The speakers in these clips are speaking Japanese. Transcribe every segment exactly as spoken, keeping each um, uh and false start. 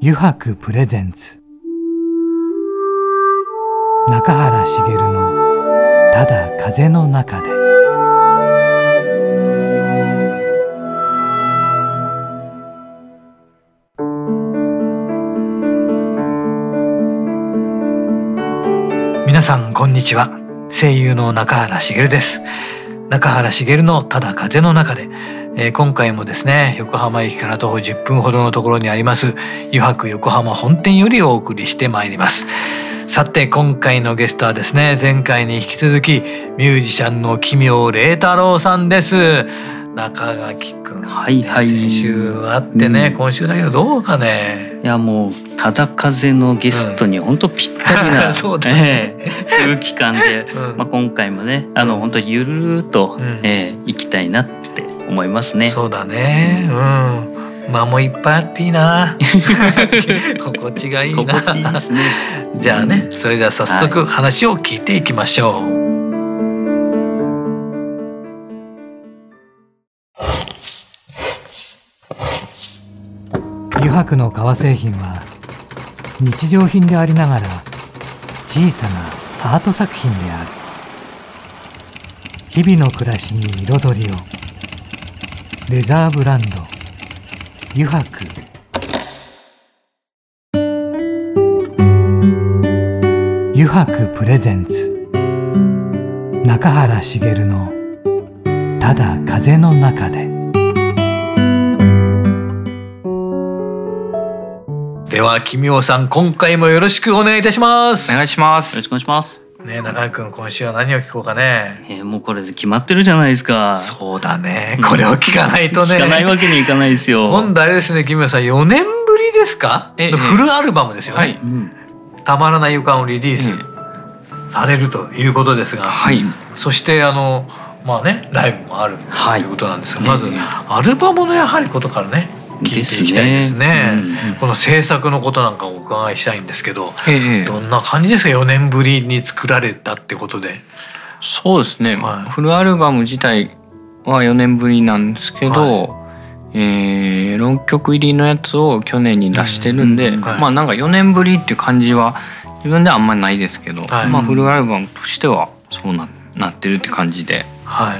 油白プレゼンツ中原茂のただ風の中で。皆さんこんにちは。声優の中原茂です。中原茂のただ風の中で、えー、今回もですね、横浜駅から徒歩じゅっぷんほどのところにあります油白横浜本店よりお送りしてまいります。さて今回のゲストはですね、前回に引き続きミュージシャンの奇妙麗太郎さんです。中垣くん、 はいはい、 先週会ってね、うん、今週だけどどうかね。 いやもうただ風のゲストに本当ぴったりな、うん、そうだね、えー、空気感で、うん、まあ、今回もね、あの本当ゆるーっと、うん、えー、行きたいなって思いますね。 そうだね、うん、間もいっぱいあっていいな心地がいいな。 心地いいですねじゃあね、それでは早速話を聞いていきましょう、はい。油白の革製品は日常品でありながら小さなアート作品である。日々の暮らしに彩りを。レザーブランド油白。油白プレゼンツ中原茂のただ風の中で。では奇妙さん、今回もよろしくお願いいたします。 お願いします。 よろしくお願いしますね。中原くん、今週は何を聞こうかね。 えー、もうこれ決まってるじゃないですか。 そうだね、これを聞かないとね聞かないわけにいかないですよ。 今度あれですね、奇妙さんよねんぶりですか、えー、フルアルバムですよね、はい、うん、たまらない予感をリリースされるということですが、はい、そしてあのまあね、ライブもあるということなんですが、はい、まず、えー、アルバムのやはりことからね聞いていきたいですね、うんうん、この制作のことなんかお伺いしたいんですけど、ええ、どんな感じですか、よねんぶりに作られたってことで。 そうですね、はい、フルアルバム自体はよねんぶりなんですけど、はい、えー、ろっきょく入りのやつを去年に出してるんで、うんうん、はい、まあなんかよねんぶりっていう感じは自分ではあんまりないですけど、はい、まあフルアルバムとしてはそう な, なってるって感じで、はい、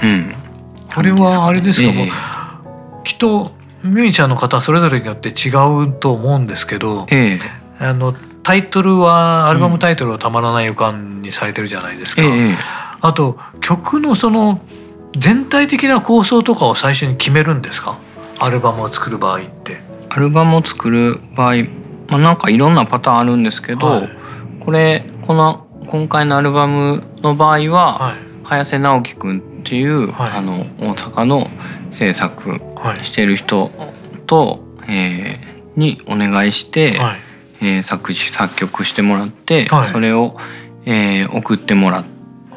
うん、 これはあれですか、えー、もうきっとミュージシャンの方それぞれによって違うと思うんですけど、ええ、あのタイトルはアルバムタイトルはたまらない予感にされてるじゃないですか、ええ、あと曲のその全体的な構想とかを最初に決めるんですか、アルバムを作る場合って。 アルバムを作る場合、まあ、なんかいろんなパターンあるんですけど、はい、これこの今回のアルバムの場合は、はい、早瀬直樹くんっていう、はい、あの大阪の制作してる人と、はい、えー、にお願いして、はい、えー、作詞作曲してもらって、はい、それを、えー、送ってもらって、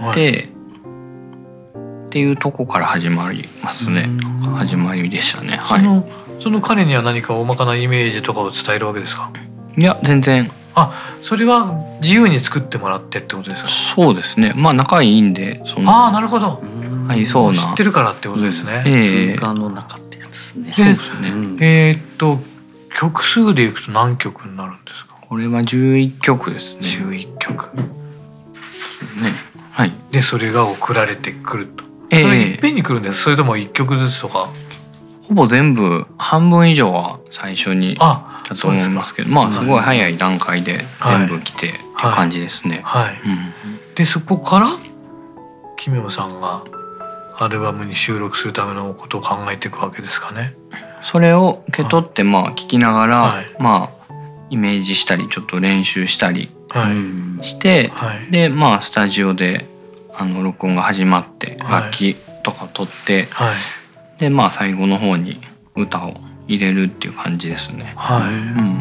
はい、っていうとこから始まりますね。始まりでしたね、はい、その、 その彼には何か大まかなイメージとかを伝えるわけですか。 いや全然。 あ、それは自由に作ってもらってってことですか。 そうですね、まあ仲いいんで。その、ああ、なるほど、 はい、そうな知ってるからってことですね、 うん、えー、通過の中ってやつですね。 そうですね、うん、えー、っと曲数でいくと何曲になるんですか。 これはじゅういっきょくですね。 じゅういっきょくね、 はい。 でそれが送られてくると、それいっぺんに来るんです、えー、それともいっきょくずつとか。 ほぼ全部半分以上は最初にだと思いますけど、まあすごい早い段階で全部来てっていう感じですね。 はい、はい、うん、でそこから奇妙さんがアルバムに収録するためのことを考えていくわけですかね。 それを受け取ってまあ聞きながら、はい、まあイメージしたりちょっと練習したりして、はい、でまあスタジオであの録音が始まって楽器とか取って、はいはい、でまあ最後の方に歌を入れるっていう感じですね。はい、うん、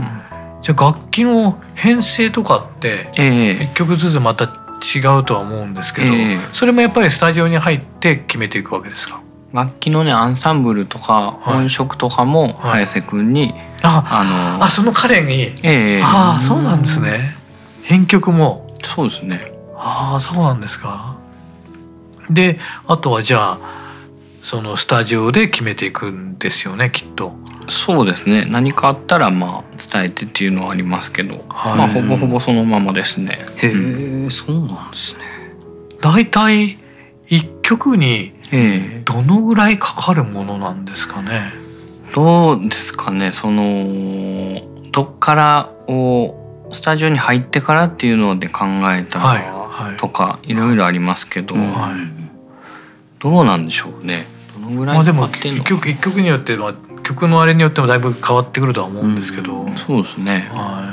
じゃあ楽器の編成とかっていっきょくずつまた違うとは思うんですけど、えー、それもやっぱりスタジオに入って決めていくわけですか。 楽器のねアンサンブルとか音色とかも早瀬くんに、はい、 ああのあその彼に、えー、ああそうなんですね。編曲も。 そうですね。 ああそうなんですか。であとはじゃあそのスタジオで決めていくんですよねきっと。 そうですね。何かあったらまあ伝えてっていうのはありますけど、はい、まあほぼほぼそのままですね。 へえ、うん、そうなんですね。 だいたい一曲にどのぐらいかかるものなんですかね。 どうですかね。そのどっからをスタジオに入ってからっていうので考えたらとかいろいろありますけど、はい、どうなんでしょうね。どのぐらいかかってんの。 まあ、でも一曲一曲によっては曲のあれによってもだいぶ変わってくるとは思うんですけど、 うん、そうですね、はい、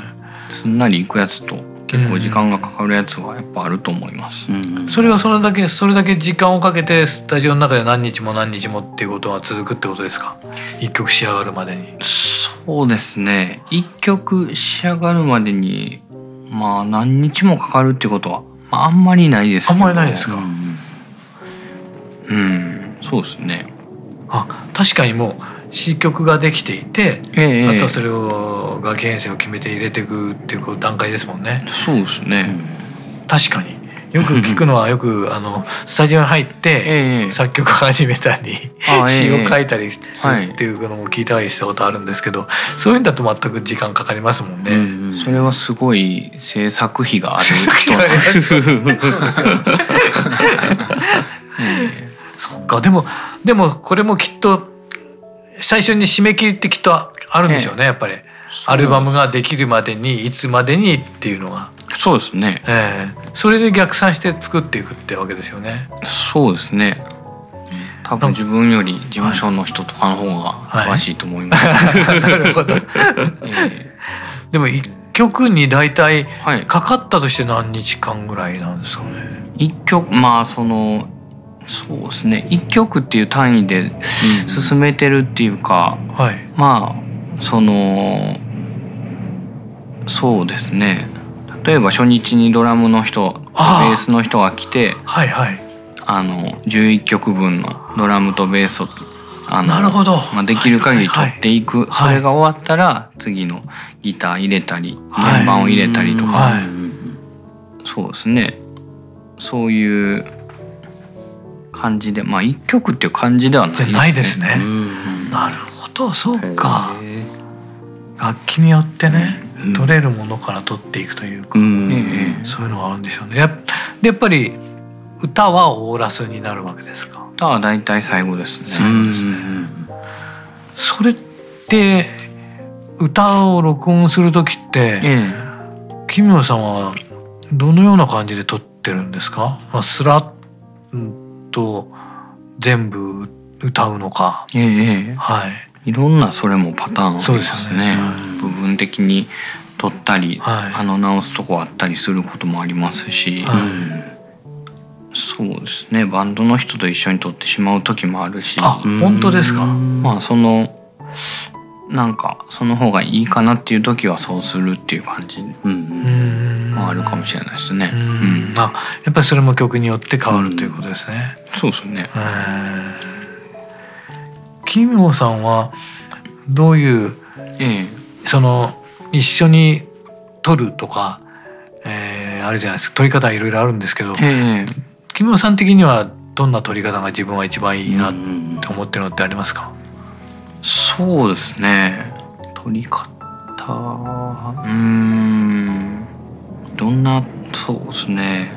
すんなりいくやつと結構時間がかかるやつはやっぱあると思います、 うんうん、それはそれだけそれだけ時間をかけてスタジオの中で何日も何日もっていうことは続くってことですか。一曲仕上がるまでに。 そうですね。一曲仕上がるまでにまあ何日もかかるってことは、まあ、あんまりないですけど。 あんまりないですか。 うん、うん、そうですね。 あ、確かにもう詞曲ができていて、ええ、あとはそれを楽器編成を決めて入れていくっていう段階ですもんね。 そうですね、 うん、確かによく聞くのはよくあのスタジオに入って、ええ、作曲始めたり詞を書いたりするっていうのも聞いたりしたことあるんですけど、はい、そういうんだと全く時間かかりますもんね、うんうん、それはすごい制作費がある人なんそっか。でもでもこれもきっと最初に締め切りってきっとあるんでしょうね、ええ、やっぱりアルバムができるまでにいつまでにっていうのが。 そうですね、 ええ、それで逆算して作っていくってわけですよね。 そうですね。多分自分より事務所の人とかの方が詳しいと思います、はい、なるほど、ええ、でも一曲に大体かかったとして何日間ぐらいなんですかね。 一曲、まあそのそうですね、一曲っていう単位で進めてるっていうか、うん、はい、まあそのそうですね、例えば初日にドラムの人ベースの人が来て、はいはい、あのじゅういっきょくぶんのドラムとベースをあの、なるほど、まあ、できる限り取っていく、はいはい、それが終わったら次のギター入れたり鍵盤を入れたりとか、はい、そうですね、そういう感じで、まあ一曲っていう感じではないですね。 ないですね。なるほど、そうか。楽器によってね、取れるものから取っていくというか、うん、そういうのがあるんでしょうね。やっでやっぱり歌はオーラスになるわけですか。 歌はだいたい最後ですね。 最後ですね。それって歌を録音する時って、ええ、奇妙さんはどのような感じで撮ってるんですか。まあ、スラッと全部歌うのか、ええ、はい、いろんなそれもパターンありますね。そうですね、うん、部分的に撮ったり、はい、あの直すとこあったりすることもありますし、はい、うん、そうですね、バンドの人と一緒に撮ってしまう時もあるし。 あ、本当ですか。 まあそのなんかその方がいいかなっていう時はそうするっていう感じもあるかもしれないですね。うん、うん、 あ、やっぱりそれも曲によって変わるということですね。 うん、そうですね。 奇妙さんはどういう、ええ、その一緒に撮るとか、えー、あるじゃないですか。撮り方いろいろあるんですけど、ええ、奇妙さん的にはどんな撮り方が自分は一番いいなって思ってるのってありますか。 そうですね、撮り方、うーん、どんな、そうですね、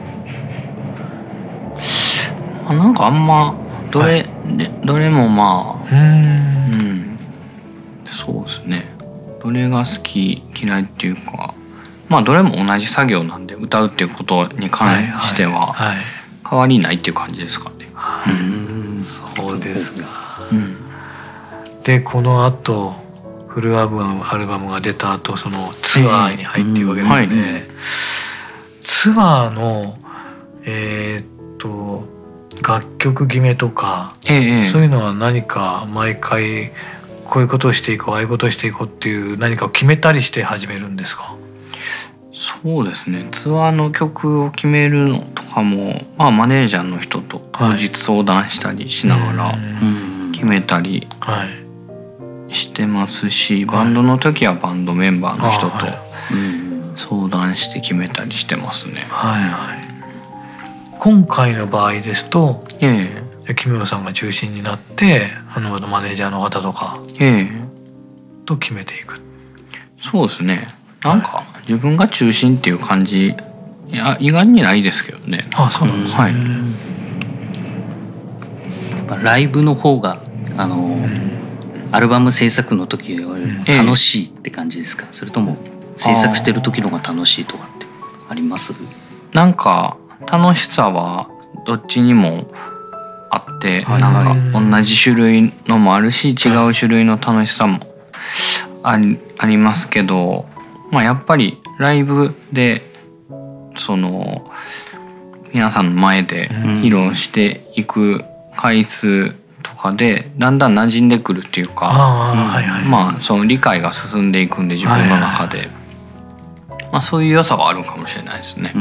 まあ、なんかあんまどれ、はい、どれもまあ、うーん、うん、そうですね、どれが好き嫌いっていうか、まあどれも同じ作業なんで、歌うっていうことに関しては変わりないっていう感じですかね。 はいはいはい、うん、そうですか。うん、でこのあとフルアルバム、アルバムが出た後、そのツアーに入っていくわけですよね。うん、はい、ツアーのえー、っと楽曲決めとか、ええ、そういうのは何か毎回こういうことをしていこう、ああいうことをしていこうっていう何かを決めたりして始めるんですか。 そうですね、ツアーの曲を決めるのとかも、まあ、マネージャーの人と当日相談したりしながら決めたりしてますし、バンドの時はバンドメンバーの人と相談して決めたりしてますね。はいはい、 今回の場合ですと、ええ、奇妙さんが中心になって、あのマネージャーの方とか、ええ、 と決めていく。 そうですね。なんか自分が中心っていう感じ、いや意外にないですけどね。 あ、そうなんですね。はい。 やっぱライブの方があの、うん、アルバム制作の時より楽しいって感じですか、ええ、それとも制作してる時の方が楽しいとかってあります？ なんか楽しさはどっちにもあって、はい、なんか同じ種類のもあるし、違う種類の楽しさもあり、ありますけど、まあ、やっぱりライブでその皆さんの前で披露していく回数とかでだんだん馴染んでくるっていうか、まあその理解が進んでいくんで自分の中で、まあ、そういう良さはあるかもしれないですね。うん、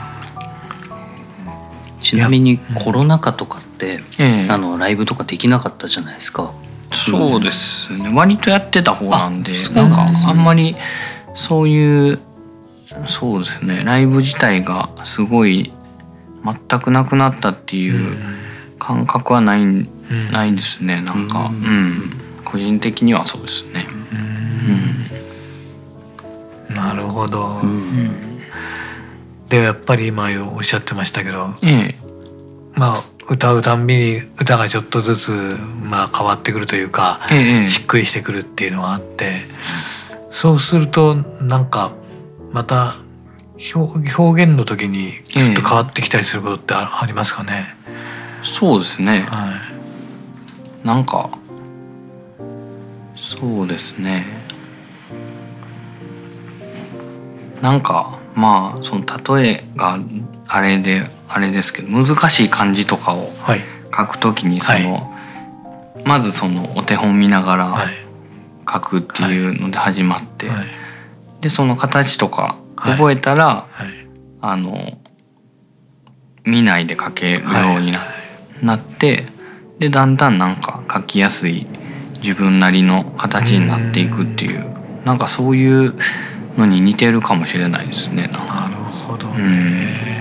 ちなみにコロナ禍とかって、ええ、あのライブとかできなかったじゃないですか。 そうですね、割とやってた方なんで、なんかあんまりそういうそうですね、ライブ自体がすごい全くなくなったっていう感覚はない、うん、ないですね。なんか、うんうん、個人的にはそうですね。うんうん、なるほど。うん、でやっぱり今おっしゃってましたけど、ええ、まあ歌うたんびに歌がちょっとずつまあ変わってくるというか、ええ、しっくりしてくるっていうのがあって、そうするとなんかまた 表, 表現の時にちょっと変わってきたりすることってありますかね？ そうですね、はい、なんかそうですね、なんかまあその例えがあれであれですけど、難しい漢字とかを書くときにその、はい、まずそのお手本見ながら書くっていうので始まって、はいはい、でその形とか覚えたら、はいはい、あの見ないで書けるように な,、はい、なってでだんだんなんか書きやすい自分なりの形になっていくっていう、うなんかそういうのに似てるかもしれないですね。なんかなるほどね。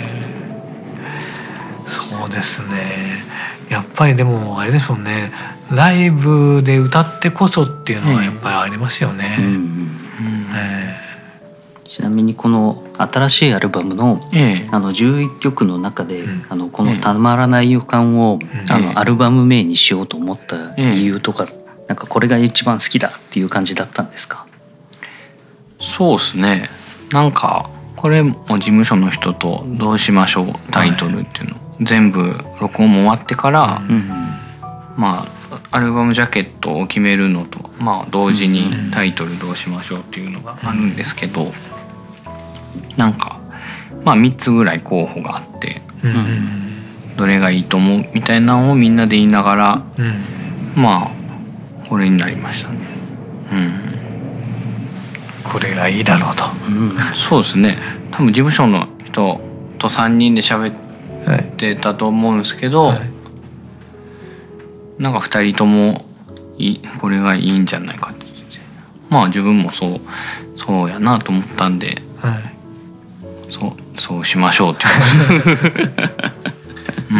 そうですね。やっぱりでもあれでしょうね。ライブで歌ってこそっていうのはやっぱりありますよね。うんうんえー、ちなみにこの新しいアルバムの、えー、あのじゅういっきょくの中で、うん、あのこのたまらない予感を、えー、あのアルバム名にしようと思った理由とか、えー、なんかこれが一番好きだっていう感じだったんですか？ そうですね。なんかこれも事務所の人とどうしましょうタイトルっていうの、はい、全部録音も終わってから、うんうん、まあアルバムジャケットを決めるのと、まあ、同時にタイトルどうしましょうっていうのがあるんですけど、なんかまあみっつぐらい候補があって、うん、どれがいいと思うみたいなのをみんなで言いながら、うん、まあこれになりましたね。うんこれがいいだろうと、 うん、そうですね。多分事務所の人とさんにんで喋ってたと思うんですけど、はいはい、なんかふたりともいこれがいいんじゃないかって言って、まあ自分もそうそうやなと思ったんで、はい、そうそうしましょうっていう、 うん、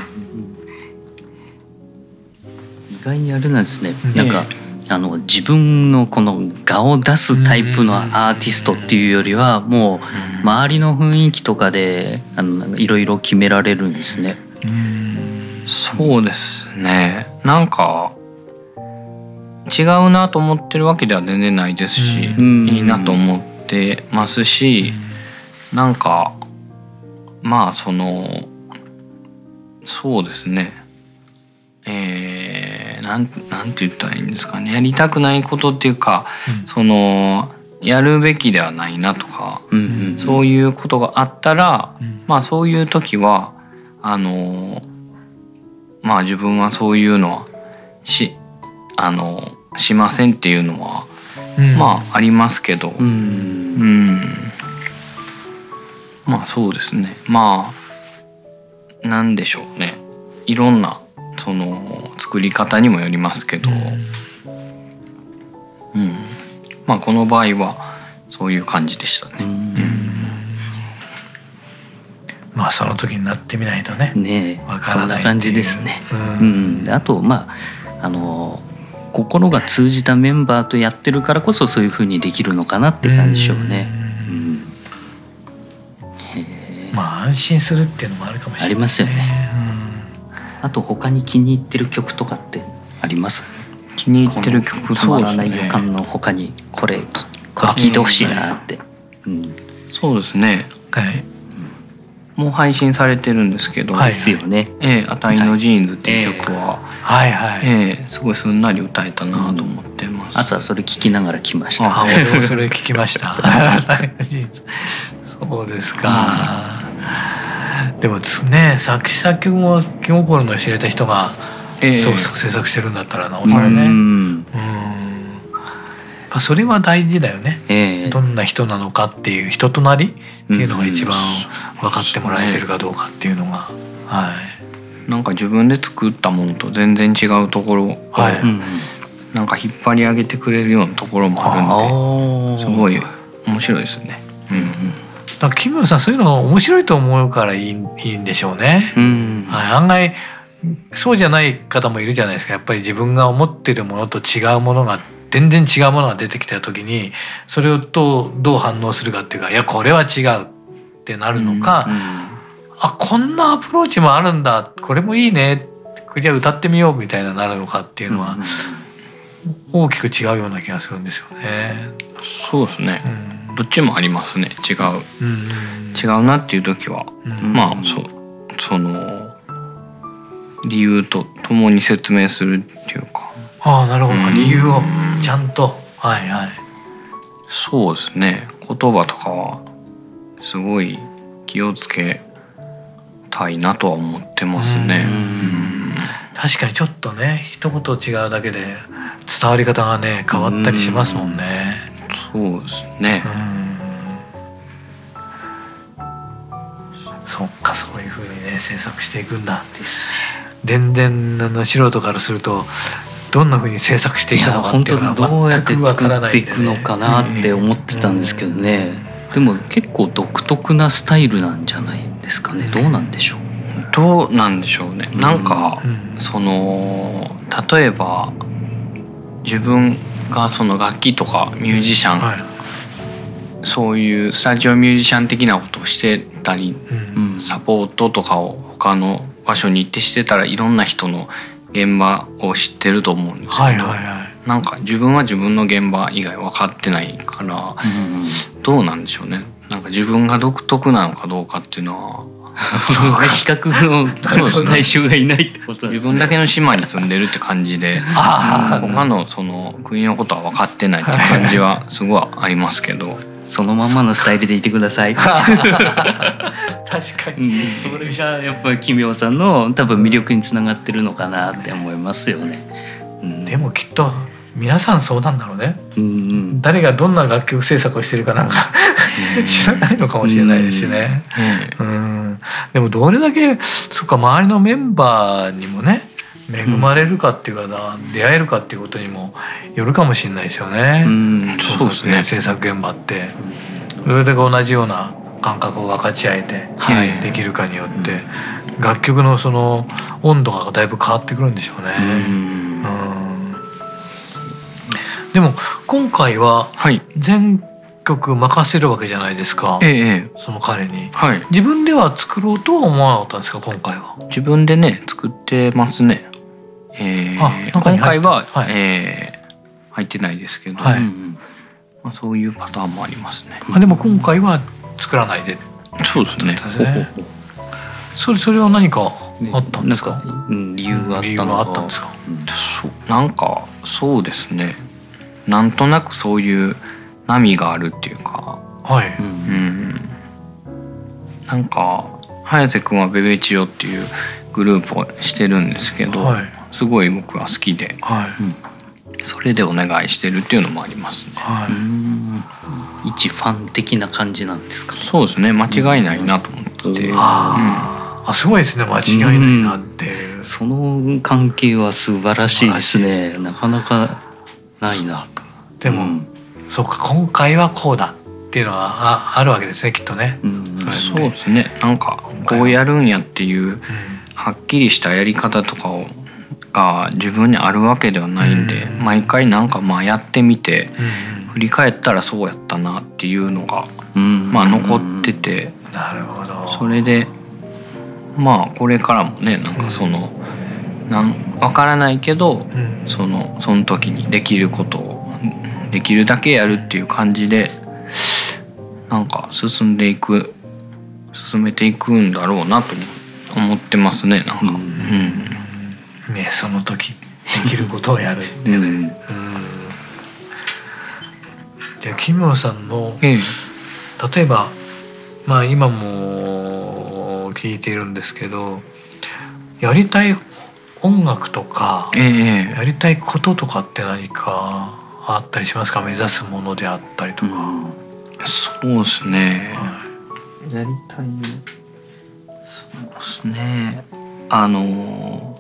意外にあれなんですね、うん、なんか、えーあの自分のこの画を出すタイプのアーティストっていうよりはもう周りの雰囲気とかであのいろいろ決められるんですね。 うん、そうですね。なんか違うなと思ってるわけでは全然ないですし、いいなと思ってますし、なんかまあそのそうですね、えーなん、なんて言ったらいいんですかね、やりたくないことっていうか、うん、そのやるべきではないなとか、うんうんうん、そういうことがあったら、うん、まあそういう時はあのまあ自分はそういうのはしあのしませんっていうのは、うん、まあありますけど、うん、うん、まあそうですね。まあなんでしょうね、いろんなその作り方にもよりますけど、うんうん、まあこの場合はそういう感じでしたね。うん、 まあその時になってみないとね。 ねえ、わからないっていう、そんな感じですね。うん、うん、あとまああの心が通じたメンバーとやってるからこそそういう風にできるのかなって感じでしょうね。うん、 へまあ安心するっていうのもあるかもしれない、ね、 ありますよね。うん、あと他に気に入ってる曲とかってあります？ 気に入ってる曲、 たまらない予感の他にこれこれ聞いてほしいなって。うん、 そうですね。 はい。 もう配信されてるんですけど、 はい、ですよね。 ええ、あたいのジーンズっていう曲は、 はいはい、 ええ、すごいすんなり歌えたなと思ってます。 うん、朝それ聞きながら来ました。 あ、俺もそれ聞きました。そうですか。うん、でもね、作詞作曲も気心の知れた人が、ええ、そう制作してるんだったらなおさらね。うん。うん、やっぱそれは大事だよね。ええ、どんな人なのかっていう人となりっていうのが一番分かってもらえてるかどうかっていうのが、はい、 なんか自分で作ったものと全然違うところを、はい、なんか引っ張り上げてくれるようなところもあるんで、すごい面白いですね。うんうん、 だからキムさんそういうの面白いと思うからいい、いいんでしょうね。うん、はい、案外そうじゃない方もいるじゃないですか。やっぱり自分が思ってるものと違うものが全然違うものが出てきた時にそれをとどう反応するかっていうか、いやこれは違うってなるのか、うんうん、あこんなアプローチもあるんだ、これもいいね、じゃあ歌ってみようみたいななるのかっていうのは大きく違うような気がするんですよね。 そうですね、うん、どっちもありますね。違う、うん、違うなっていう時は、うん、まあ そ, その理由とともに説明するっていうか。 ああ、なるほど、うん、理由をちゃんと、はいはい。 そうですね。言葉とかはすごい気をつけたいなとは思ってますね。うん、 確かにちょっとね、一言違うだけで伝わり方がね変わったりしますもんね。 うん、そうですね。 うん、そっか、そういう風にね制作していくんだ。ですね。全然あの素人からすると。どんな風に制作していくのかっていうのはどうやって作っていくのかなって思ってたんですけどね、うん、でも結構独特なスタイルなんじゃないですかね。どうなんでしょう。 どうなんでしょうね。なんか、うん、その例えば自分がその楽器とかミュージシャン、はい、そういうスタジオミュージシャン的なことをしてたり、うん、サポートとかを他の場所に行ってしてたらいろんな人の現場を知ってると思うんですけど、はいはいはい、なんか自分は自分の現場以外分かってないから、うんうん、どうなんでしょうね。なんか自分が独特なのかどうかっていうのはそうか、比較の対象がいないってことですね。 自分だけの島に住んでるって感じで他のその国のことは分かってないって感じはすごいありますけどそのままのスタイルでいてください。確かに、 うん、それがやっぱり奇妙さんの多分魅力につながってるのかなって思いますよね。 うん、でもきっと皆さんそうなんだろうね。うん、誰がどんな楽曲制作をしてるかなんか知らないのかもしれないですしね。うんうん、でもどれだけそっか周りのメンバーにもね恵まれるかっていうかな、うん、出会えるかっていうことにもよるかもしれないですよね。うん、そうですね。制作現場ってそれだけ同じような感覚を分かち合えてできるかによって、はい、楽曲のその温度がだいぶ変わってくるんでしょうね。うん、うん、でも今回は全曲任せるわけじゃないですか。ええ、その彼に、はい、自分では作ろうとは思わなかったんですか今回は。 自分でね作ってますね。えー、あ今回は、はい、えー、入ってないですけど、はい、まあ、そういうパターンもありますね。 あでも今回は作らないで。 そうですね。 それそれは何かあったんですか。 うん、理由があったのか。理由があったんですか。 うん、そうなんかそうですね。なんとなくそういう波があるっていうか、はい、うんうん、なんか早瀬くんはベベチオっていうグループをしてるんですけど、はい、すごい僕は好きで、はい、うん、それでお願いしてるっていうのもありますね。はい、うーん、一ファン的な感じなんですかね。 そうですね、間違いないなと思ってて、うん、 ああ、すごいですね、間違いないなっていう、 うん、その関係は素晴らしいですね。なかなかないなと。 でも、うん、そうか今回はこうだっていうのは あ, あるわけですねきっとね。うん、 そ, そうですね。なんかこうやるんやっていう、うん、はっきりしたやり方とかをが自分にあるわけではないんで、うん、毎回なんかまあやってみて、うん、振り返ったらそうやったなっていうのが、うん、まあ残ってて、 うん、なるほど。 それでまあこれからもねなんかその、うん、なん分からないけど、うん、そのその時にできることをできるだけやるっていう感じでなんか進んでいく進めていくんだろうなと思ってますね。なんか、うんうん、ね、その時できることをやるってね、うんうん、じゃあ奇妙さんの、ええ、例えばまあ今も聞いているんですけど、やりたい音楽とか、ええ、やりたいこととかって何かあったりしますか？目指すものであったりとか、うん、 そうですね、はい、やりたいそうですねあの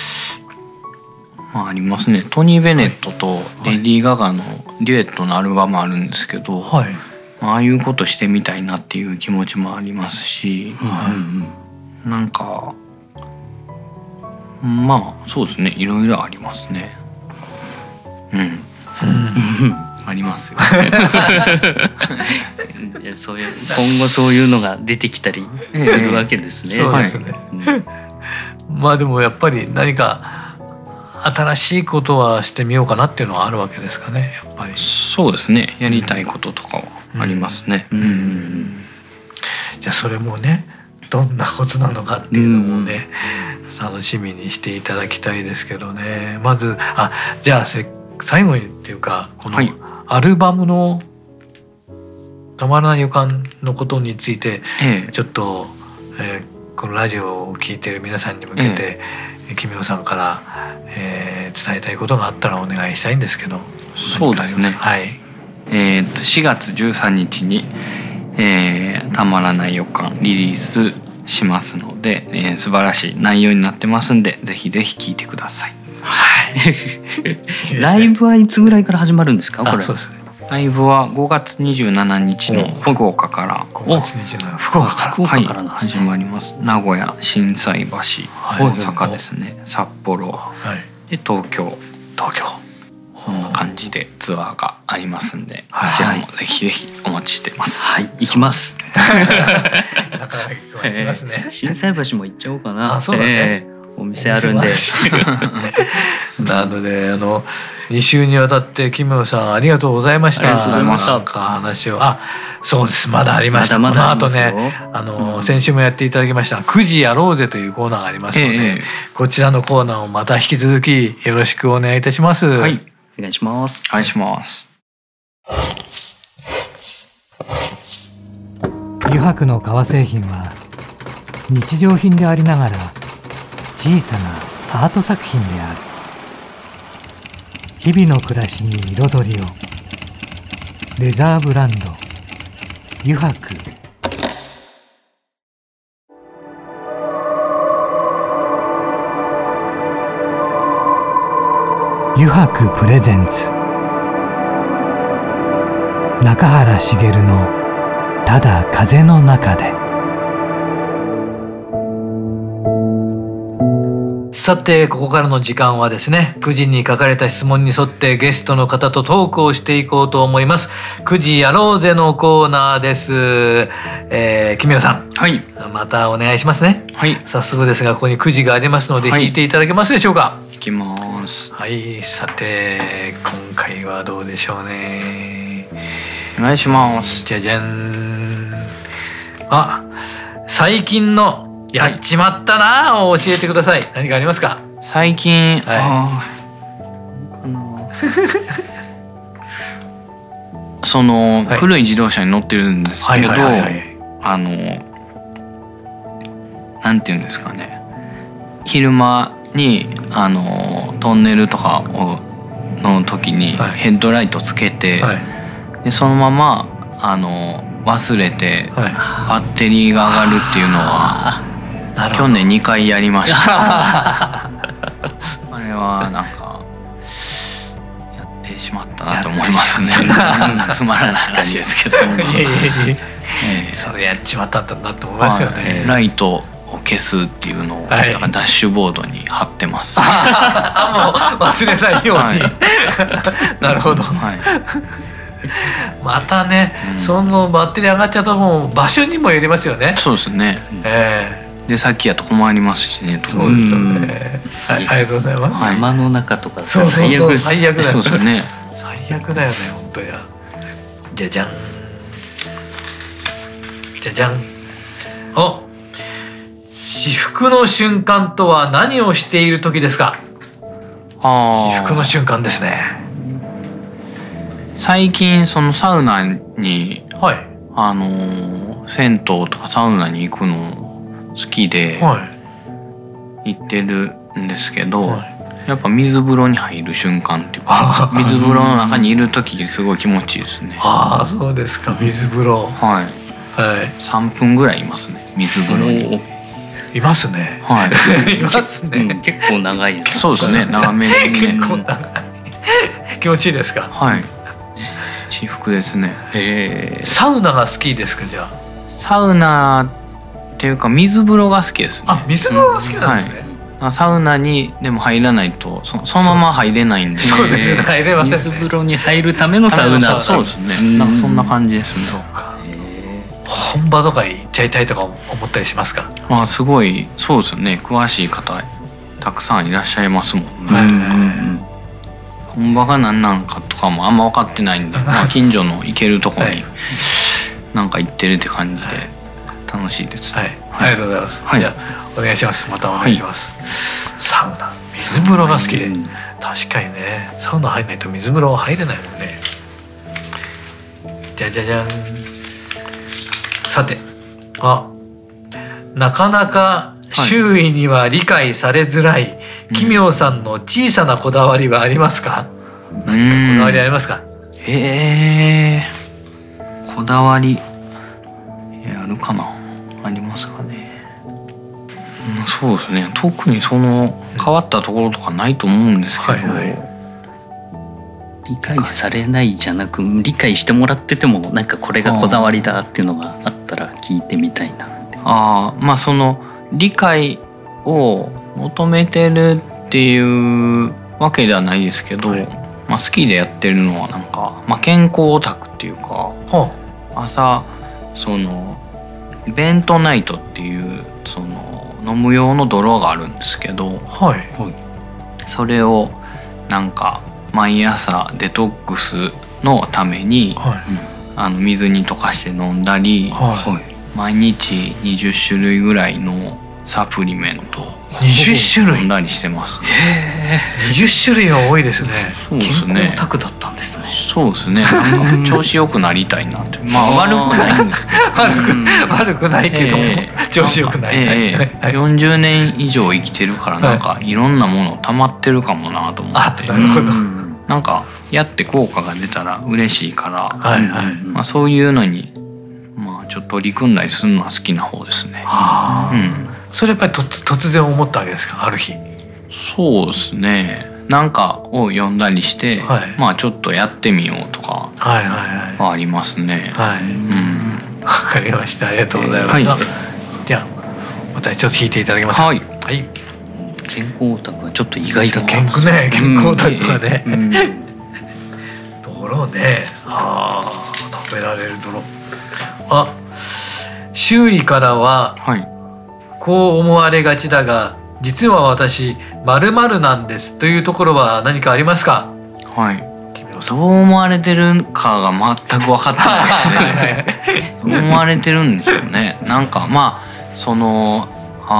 まあありますね。トニー・ベネットとレディー・ガガのデュエットのアルバムあるんですけど、はい、ああいうことしてみたいなっていう気持ちもありますし、はい、なんかまあそうですねいろいろありますね。うん、うん、ありますよ。 いやそういう今後そういうのが出てきたりするわけですね。 そうですね。うん、まあでもやっぱり何か新しいことはしてみようかなっていうのはあるわけですかね。やっぱりそうですね。やりたいこととかはありますね。うんうんうん、 じゃあそれもねどんなことなのかっていうのもね、うん、楽しみにしていただきたいですけどね。まずあじゃあせ最後にっていうかこのアルバムのたまらない予感のことについてちょっと、えー、このラジオを聞いている皆さんに向けて、えー、奇妙さんから、えー、伝えたいことがあったらお願いしたいんですけど。 そうですね、はい、えー、としがつじゅうさんにちに、えー、たまらない予感リリースしますので、えー、素晴らしい内容になってますんでぜひぜひ聴いてください。 はい。いいね、ライブはいつぐらいから始まるんですか？これ。 そうですね。ライブはごがつにじゅうしちにちの福岡から、 ごがつにじゅうしちにち福岡から、 福岡からはい、始まります。名古屋、心斎橋、はい、大阪ですね、札幌、はい、で東京、 東京。 こんな感じでツアーがありますんで、こちらもぜひぜひお待ちしてます。 はい、行きます。 なかなか行きますね。 心斎橋も行っちゃおうかな。 あ、そうだね。えーお店あるんでなのであのに週にわたって奇妙さんありがとうございました。 ありがとうございました。 なんか話をあそうですまだありました。まだまだこの後ねあの、うん、先週もやっていただきましたくじやろうぜというコーナーがありますので、ええ、こちらのコーナーをまた引き続きよろしくお願いいたします。 はい、お願いします。 お願いします。 油白の革製品は日常品でありながら小さなアート作品である。日々の暮らしに彩りを。レザーブランド油白。油白プレゼンツ中原茂のただ風の中で。 さてここからの時間はですねくじに書かれた質問に沿ってゲストの方とトークをしていこうと思います。くじやろうぜのコーナーです。えー、奇妙さん、 はい、 またお願いしますね。 はい、 早速ですがここにくじがありますので引いていただけますでしょうか？ はい、いきます。 はい、さて今回はどうでしょうね。 お願いします。 じゃじゃん。あ、最近のやっちまったなを教えてください。何かありますか？ 最近、はい、その、はい、古い自動車に乗ってるんですけど、あのなんていうんですかね、昼間にあのトンネルとかをの時にヘッドライトつけて、はい、でそのままあの忘れて、はい、バッテリーが上がるっていうのは去年にかいやりました。あれはなんかやってしまったなと思いますね。つまらしい話ですけど。 それやっちまったんだなと思いますよね。 ライトを消すっていうのをなんかダッシュボードに貼ってます、ね、 あもう忘れないように、はい、なるほど、はい、またね、うん、そのバッテリー上がっちゃうともう場所にもよりますよね。 そうですね、えー、でさっきやと困りますしね。 そうですよね、うん、はい、ありがとうございます、 はい、山の中とか最悪最悪最悪だよね。 そうですね最悪だよね本当や。じゃじゃんじゃじゃん。お、至福の瞬間とは何をしている時ですか。あ、至福の瞬間ですね。 最近そのサウナに、はい、あの銭湯とかサウナに行くの好きで行ってるんですけど、はい、やっぱ水風呂に入る瞬間っていうか水風呂の中にいる時すごい気持ちいいですね。 ああそうですか。水風呂、 はい、はい、さんぷんぐらいいますね水風呂に。 いますね。 はい。 いますね、 うん。結構長いです。 そうですね。長めですね。 結構長い。気持ちいいですか。 はい。至福ですね。 へえ。サウナが好きですかじゃあ。 サウナっていうか水風呂が好きですね。 あ、水風呂が好きなんですね。 うん、はい、サウナにでも入らないと そ, そのまま入れないんで。 そうですね。入れません、ね。 水風呂に入るためのサウナ。 そうですね。なんかそんな感じですね。 そうか。本場とか行っちゃいたいとか思ったりしますか。 まあすごいそうですよね。詳しい方たくさんいらっしゃいますもんね。はい、うん、本場が何なんかとかもあんま分かってないんで、まあ、近所の行けるとこになんか行ってるって感じで楽しいです。 はい、はい、ありがとうございます。はい、じゃあお願いします。またお願いします。はい、サウナ、水風呂が好きで、うん、確かにね、サウナ入んないと水風呂入れないもんね。じゃじゃじゃん。さて、あ、なかなか周囲には理解されづらい、はい、奇妙さんの小さなこだわりはありますか。うん、何かこだわりありますか。 へえ、こだわりあるかな、ありますかね。うん、そうですね。特にその変わったところとかないと思うんですけど、はいはい、 理解されないじゃなく理解してもらっててもなんかこれがこだわりだっていうのがあったら聞いてみたいなって。 ああ、まあその理解を求めてるっていうわけではないですけど、はい、まあ好きでやってるのはなんか、まあ、健康オタクっていうか、はあ、朝そのベントナイトっていうその飲む用の泥があるんですけど、はい、それをなんか毎朝デトックスのために、はい、あの水に溶かして飲んだり、はい、毎日にじゅっしゅるいぐらいのサプリメントにじゅっしゅるい飲んだりしてます、ね。 へえ、にじゅっしゅるいは多いですね。 そうですね。 健康オタクだったんですね。 そうですね。なんか調子よくなりたいなって。まあ悪くないんですけど、 悪く悪くないけども、えー、調子よくなりたい。えー、よんじゅうねん以上生きてるからなんかいろんなもの溜まってるかもなと思って。 なるほど。 なんかやって効果が出たら嬉しいから、はいはい、まあそういうのにまあちょっと取り組んだりするのは好きな方ですね。 はあ、うん。それやっぱりと突然思ったわけですか、ある日。 そうですね。なんかを読んだりして、はい、まあちょっとやってみようとかはありますね。はい。うん。 わかりました。ありがとうございました。はい、じゃあまたちょっと弾いていただけますか。はい。はい。 健康オタクはちょっと意外だった。 健康ね、健康オタクはね。うん、泥ね、ああ、食べられる泥。あ、周囲からは。はい。こう思われがちだが実は私〇〇なんですというところは何かありますか。 はい。どう思われてるかが全く分かってないですね。どう思われてるんでしょうね。なんかまあその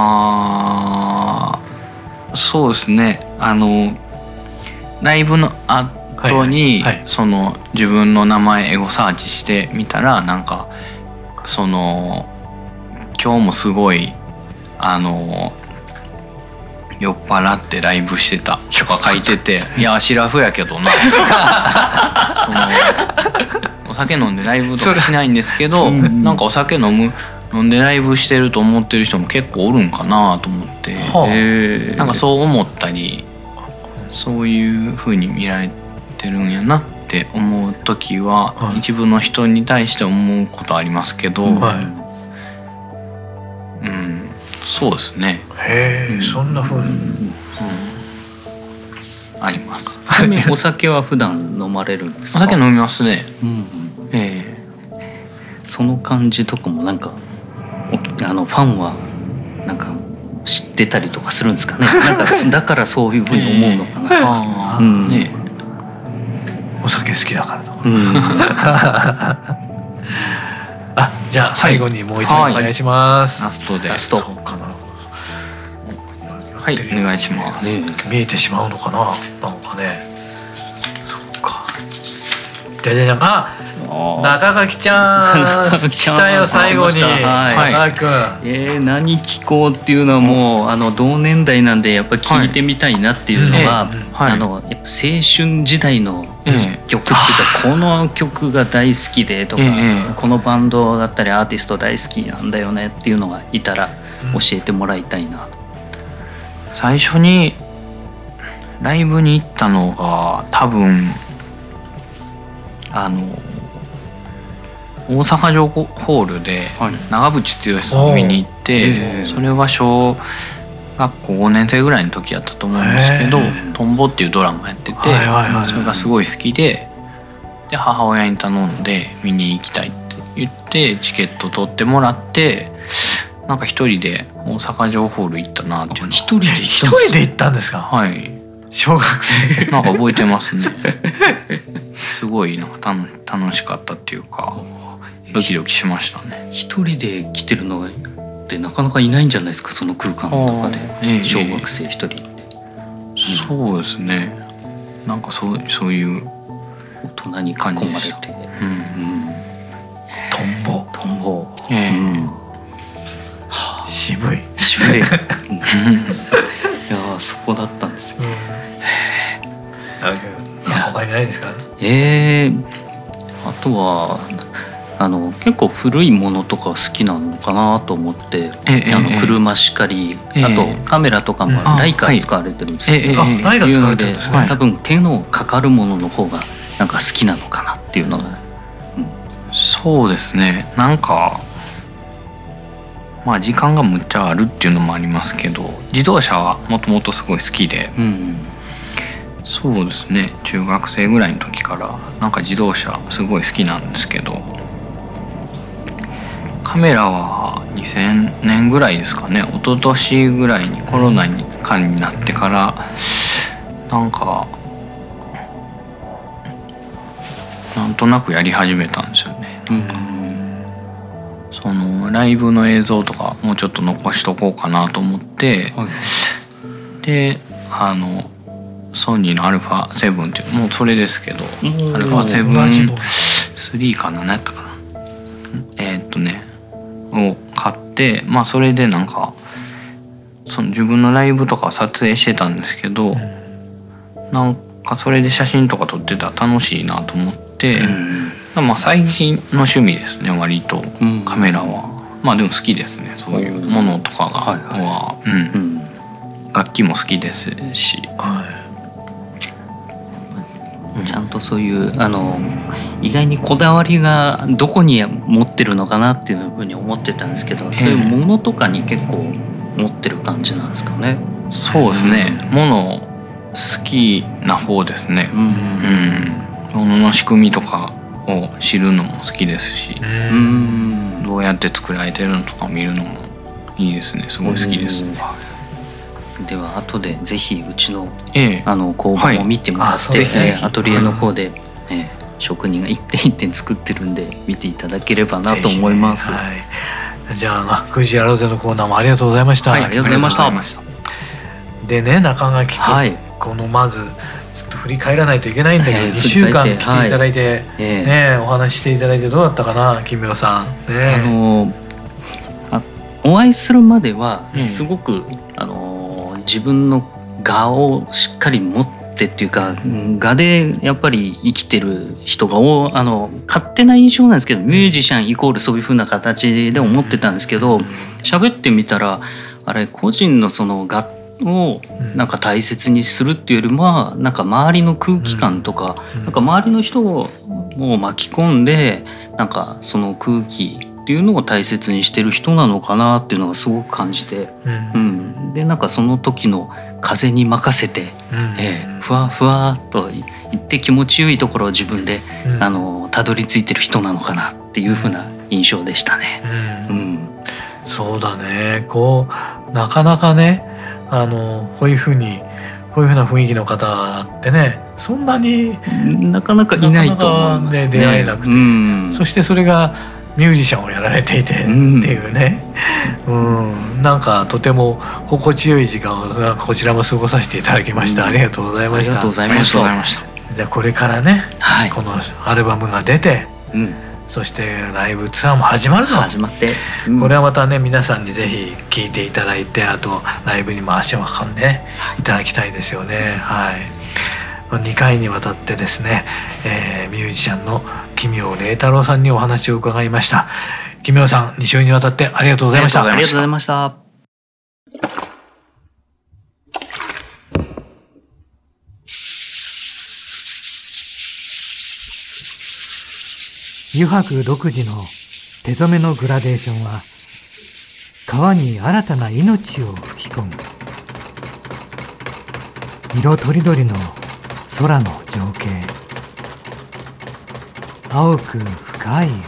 あそうですね、あのライブの後に、はいはいはい、その自分の名前エゴサーチしてみたらなんかその今日もすごいあの酔っ払ってライブしてたとか書いてていやシラフやけどなそのお酒飲んでライブとかしないんですけどなんかお酒飲む飲んでライブしてると思ってる人も結構おるんかなと思って、はあ、なんかそう思ったりそういう風に見られてるんやなって思う時は、はい、一部の人に対して思うことありますけど、はい、うんそうですね。 へえ、うん、そんな風に、うん、 あります。 お酒は普段飲まれるんですか？ お酒飲みますね。うん、 えー、その感じとかもなんかあのファンはなんか知ってたりとかするんですかね。なんかだからそういうふうに思うのかなとか、えーうんね、 お酒好きだからとか、うん、あ、じゃあ最後にもう一枚お願いします。 ラストで。 ラスト。 そうかな。 はい、お願いします。 ね、見えてしまうのかな、なんかね。そうか。じゃじゃじゃん、あ、中垣ちゃん来たよ最後に。はい。中垣くん。 えー、何聞こうっていうのはもうあの同年代なんでやっぱり聞いてみたいなっていうのは、はい、あのやっぱ青春時代の曲っていうか、この曲が大好きでとか、このバンドだったりアーティスト大好きなんだよねっていうのがいたら教えてもらいたいな。 最初にライブに行ったのが多分あの大阪城ホールで長渕剛さんを見に行って、それは小学校ごねん生ぐらいの時やったと思うんですけど「トンボ」っていうドラマやってて、それがすごい好きで、で母親に頼んで見に行きたいって言ってチケット取ってもらって、なんか一人で大阪城ホール行ったなっていうの。 一人で一人で行ったんですか？ はい。 小学生なんか覚えてますね。すごいなんか楽しかったっていうか、ドキドキしましたね。 一人で来てるのってなかなかいないんじゃないですか、その空間の中で、ええ、小学生一人って、 ええ、そうですね。なんかそうそういう大人に囲まれて、うんうん、 トンボトンボ、 ええ、うん、 はあ、渋い渋いいやそこだったんですね、うん、 なんか他にないですか？ えー、あとはあの結構古いものとか好きなのかなと思って、ええ、あの車しかり、ええ、あとカメラとかもライカ使われてるんですけど、 はい、あ、ライカ使われてるんですね。 多分手のかかるものの方がなんか好きなのかなっていうのが、うん、 そうですね。なんかまあ時間がむっちゃあるっていうのもありますけど、自動車はもともとすごい好きで、うんうん、そうですね、中学生ぐらいの時からなんか自動車すごい好きなんですけど、カメラはにせんねんぐらいですかね、一昨年ぐらいにコロナ禍になってからなんかなんとなくやり始めたんですよね。なんか、うん、そのライブの映像とかもうちょっと残しとこうかなと思って、はい、であのソニーの アルファセブン っていう、もうそれですけど アルファセブンスリー かな、何やったかな、えー、っとねを買って、まあそれでなんかその自分のライブとか撮影してたんですけど、うん、なんかそれで写真とか撮ってたら楽しいなと思って、うん、まあ最近の趣味ですね、割とカメラは、うん、まあでも好きですね、そういうものとかが、はいはい、うん、楽器も好きですし、はい、 ちゃんとそういうあの意外にこだわりがどこに持ってるのかなっていうふうに思ってたんですけど、そういうものとかに結構持ってる感じなんですかね。 そうですね、もの好きな方ですね。うん、ものの仕組みとかを知るのも好きですし、うん、どうやって作られてるのとか見るのもいいですね、すごい好きです。 では後でぜひうちの、ええ、あの工房も見てもらって、はい、アトリエの方で、えー、職人が一点一点作ってるんで見ていただければなと思います。はい、 じゃあくじやろうぜのコーナーもありがとうございました。 はい、ありがとうございました。 でね、中垣君、はい、このまずちょっと振り返らないといけないんだけど、えー、にしゅうかん来ていただいて、はい、ね、お話していただいてどうだったかな、金明さん。ね、 あのあお会いするまではすごく、うん、あの自分の我をしっかり持ってっていうか、我でやっぱり生きてる人がおあの勝手な印象なんですけど、ミュージシャンイコールそういう風な形で思ってたんですけど、喋ってみたらあれ個人のその我をなんか大切にするっていうよりも、なんか周りの空気感とか、なんか周りの人をもう巻き込んで、なんかその空気っていうのを大切にしてる人なのかなっていうのがすごく感じて、うんうん、でなんかその時の風に任せて、うんえー、ふわふわっと言って気持ちよいところを自分で、うん、あのたどり着いてる人なのかなっていう風な印象でしたね。うんうん、 そうだね。こうなかなかねあのこういう風にこういう風な雰囲気の方ってねそんなになかなかいないと思いますね。 なかなかね出会えなくて、うん、そしてそれがミュージシャンをやられていてっていうね、うん、うん、なんかとても心地よい時間をなんかこちらも過ごさせていただきました。うん、ありがとうございました。 ありがとうございました。 でこれからね、はい、このアルバムが出て、うん、そしてライブツアーも始まるの始まって、 うん、これはまたね皆さんにぜひ聴いていただいてあとライブにも足を運んで、ね、いただきたいですよね。はい、にかいにわたってですね、えー、ミュージシャンの奇妙麗太郎さんにお話を伺いました。奇妙さんに週にわたってありがとうございました。 ありがとうございました。 油白独自の手染めのグラデーションは川に新たな命を吹き込む。色とりどりの空の情景、青く深い海、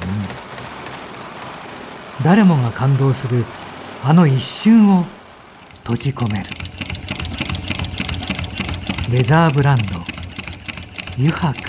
誰もが感動するあの一瞬を閉じ込める。レザーブランド油白。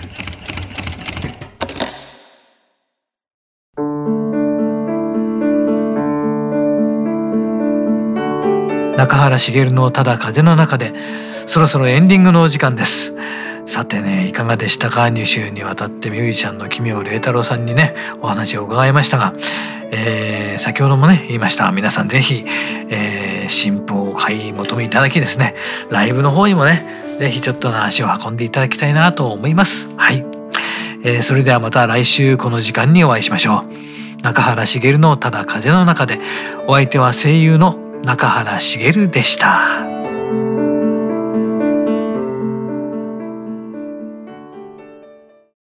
中原茂のただ風の中でそろそろエンディングのお時間です。さてねいかがでしたか。に週にわたってミュージシャンの奇妙麗太郎さんにねお話を伺いましたが、えー、先ほどもね言いました皆さんぜひ、えー、新譜を買い求めいただきですねライブの方にもねぜひちょっと足を運んでいただきたいなと思います。はい、えー、それではまた来週この時間にお会いしましょう。中原茂のただ風の中で、お相手は声優の中原茂でした。